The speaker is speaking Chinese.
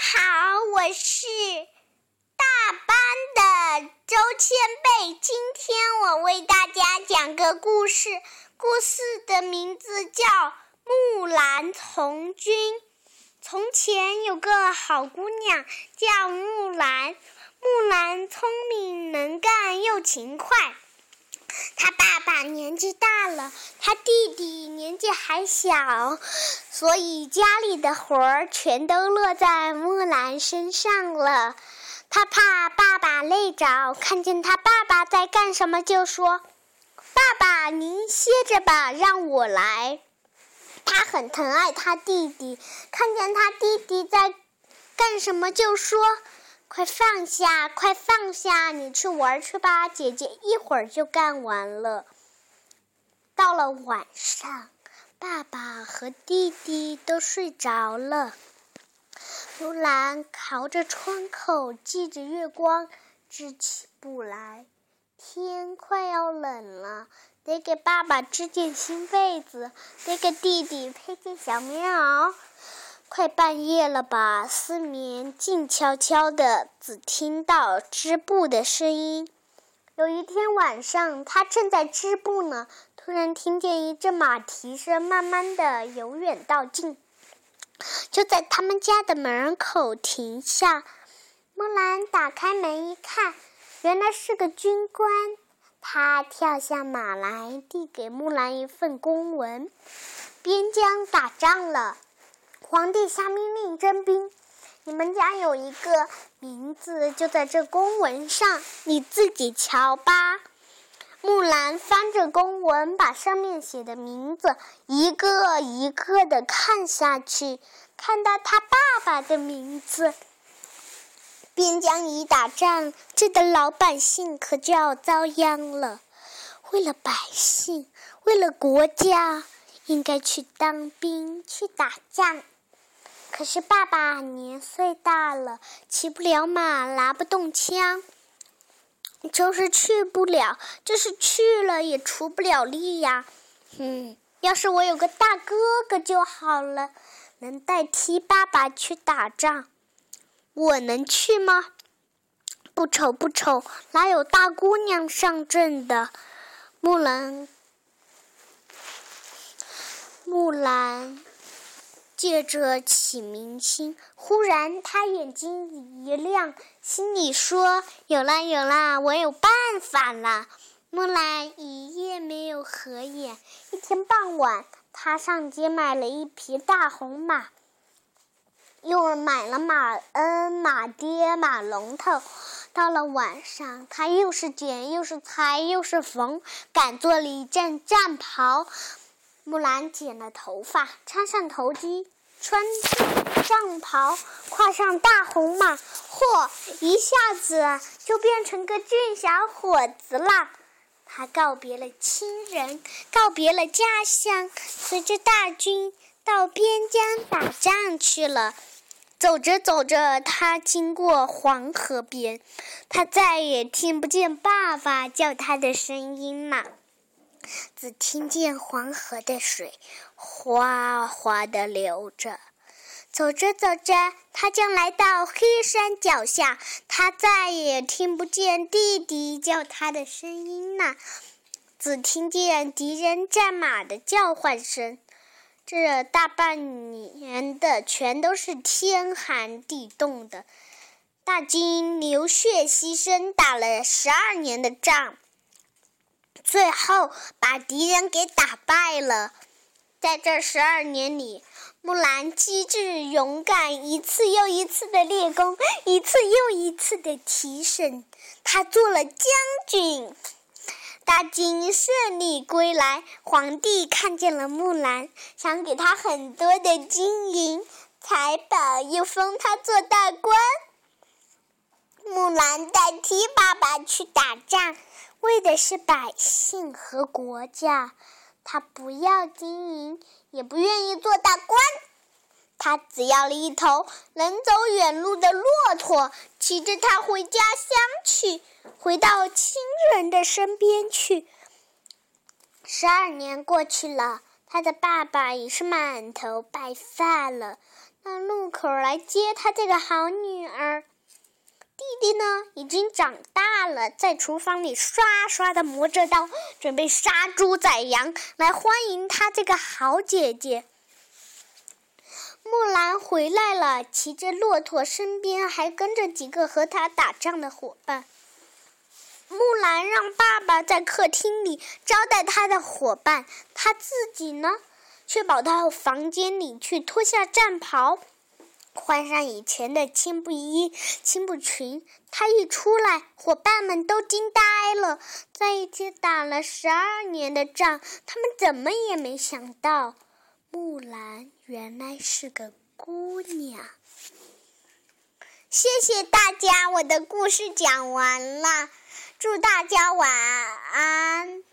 好，我是大班的周千贝。今天我为大家讲个故事，故事的名字叫《木兰从军》。从前有个好姑娘叫木兰，木兰聪明能干又勤快。她爸爸年纪大了，她弟弟年纪还小，所以家里的活儿全都落在木兰身上了。她怕爸爸累着，看见她爸爸在干什么就说：“爸爸，您歇着吧，让我来。”她很疼爱她弟弟，看见他弟弟在干什么就说：“快放下，快放下，你去玩去吧，姐姐一会儿就干完了。”到了晚上，爸爸和弟弟都睡着了。木兰靠着窗口，记着月光，织起布来。天快要冷了，得给爸爸织件新被子，得给弟弟配件小棉袄。快半夜了吧，四面静悄悄的，只听到织布的声音。有一天晚上，他正在织布呢，突然听见一阵马蹄声慢慢的由远到近，就在他们家的门口停下。木兰打开门一看，原来是个军官。他跳下马来，递给木兰一份公文：边疆打仗了，皇帝下命令征兵，你们家有一个名字就在这公文上，你自己瞧吧。木兰翻着公文，把上面写的名字一个一个的看下去，看到他爸爸的名字。边疆一打仗，这的老百姓可就要遭殃了。为了百姓，为了国家，应该去当兵，去打仗。可是爸爸年岁大了，骑不了马，拿不动枪，就是去不了，就是去了也出不了力呀。要是我有个大哥哥就好了，能代替爸爸去打仗。我能去吗？不愁不愁，哪有大姑娘上阵的？木兰借着起明星，忽然她眼睛一亮，心里说：有啦有啦，我有办法了。木兰一夜没有合眼。一天傍晚，她上街买了一匹大红马，又买了马鞍、马爹、马龙头。到了晚上，他又是剪又是裁又是缝，赶做了一件战袍。木兰剪了头发，插上头巾，穿战袍，跨上大红马，一下子就变成个俊小伙子了。他告别了亲人，告别了家乡，随着大军到边疆打仗去了。走着走着，他经过黄河边，他再也听不见爸爸叫他的声音了，只听见黄河的水哗哗地流着。走着走着，他将来到黑山脚下，他再也听不见弟弟叫他的声音了，只听见敌人战马的叫唤声。这大半年的全都是天寒地冻的，大军流血牺牲，打了12年的仗，最后把敌人给打败了。在这12年里，木兰机智勇敢，一次又一次的立功，一次又一次的提升，她做了将军。大军顺利归来，皇帝看见了木兰，想给她很多的金银财宝，又封她做大官。木兰代替爸爸去打仗，为的是百姓和国家。她不要金银，也不愿意做大官，她只要了一头能走远路的骆驼，骑着它回家乡去，回到亲人的身边去。12年过去了，他的爸爸也是满头白发了， 到路口来接他这个好女儿。弟弟呢，已经长大了，在厨房里刷刷地磨着刀，准备杀猪宰羊来欢迎他这个好姐姐。木兰回来了，骑着骆驼，身边还跟着几个和他打仗的伙伴。木兰让爸爸在客厅里招待他的伙伴，他自己呢，却跑到房间里去脱下战袍，换上以前的青布衣、青布裙。他一出来，伙伴们都惊呆了。在一起打了12年的仗，他们怎么也没想到，木兰原来是个姑娘。谢谢大家，我的故事讲完了，祝大家晚安。